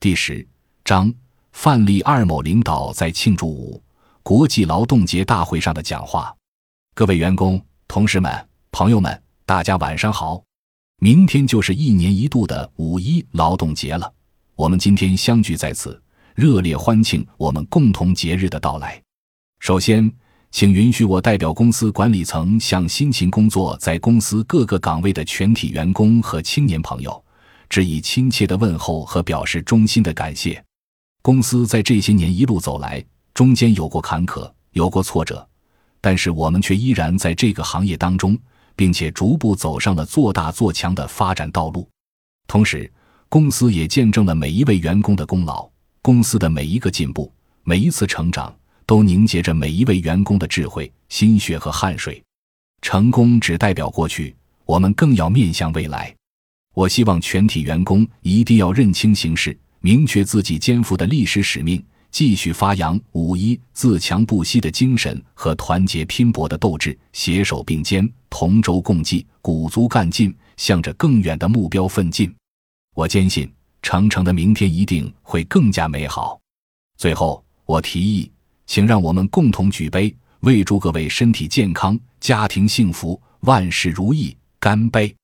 第10章范例2某领导在庆祝5国际劳动节大会上的讲话。各位员工、同事们、朋友们，大家晚上好。明天就是1年1度的5·1劳动节了，我们今天相聚在此，热烈欢庆我们共同节日的到来。首先，请允许我代表公司管理层向辛勤工作在公司各个岗位的全体员工和青年朋友致以亲切的问候和表示衷心的感谢。公司在这些年一路走来，中间有过坎坷，有过挫折，但是我们却依然在这个行业当中，并且逐步走上了做大做强的发展道路。同时，公司也见证了每一位员工的功劳，公司的每一个进步，每一次成长，都凝结着每一位员工的智慧、心血和汗水。成功只代表过去，我们更要面向未来。我希望全体员工一定要认清形势，明确自己肩负的历史使命，继续发扬5·1自强不息的精神和团结拼搏的斗志，携手并肩，同舟共济，鼓足干劲，向着更远的目标奋进。我坚信，程的明天一定会更加美好。最后，我提议，请让我们共同举杯，为祝各位身体健康，家庭幸福，万事如意，干杯！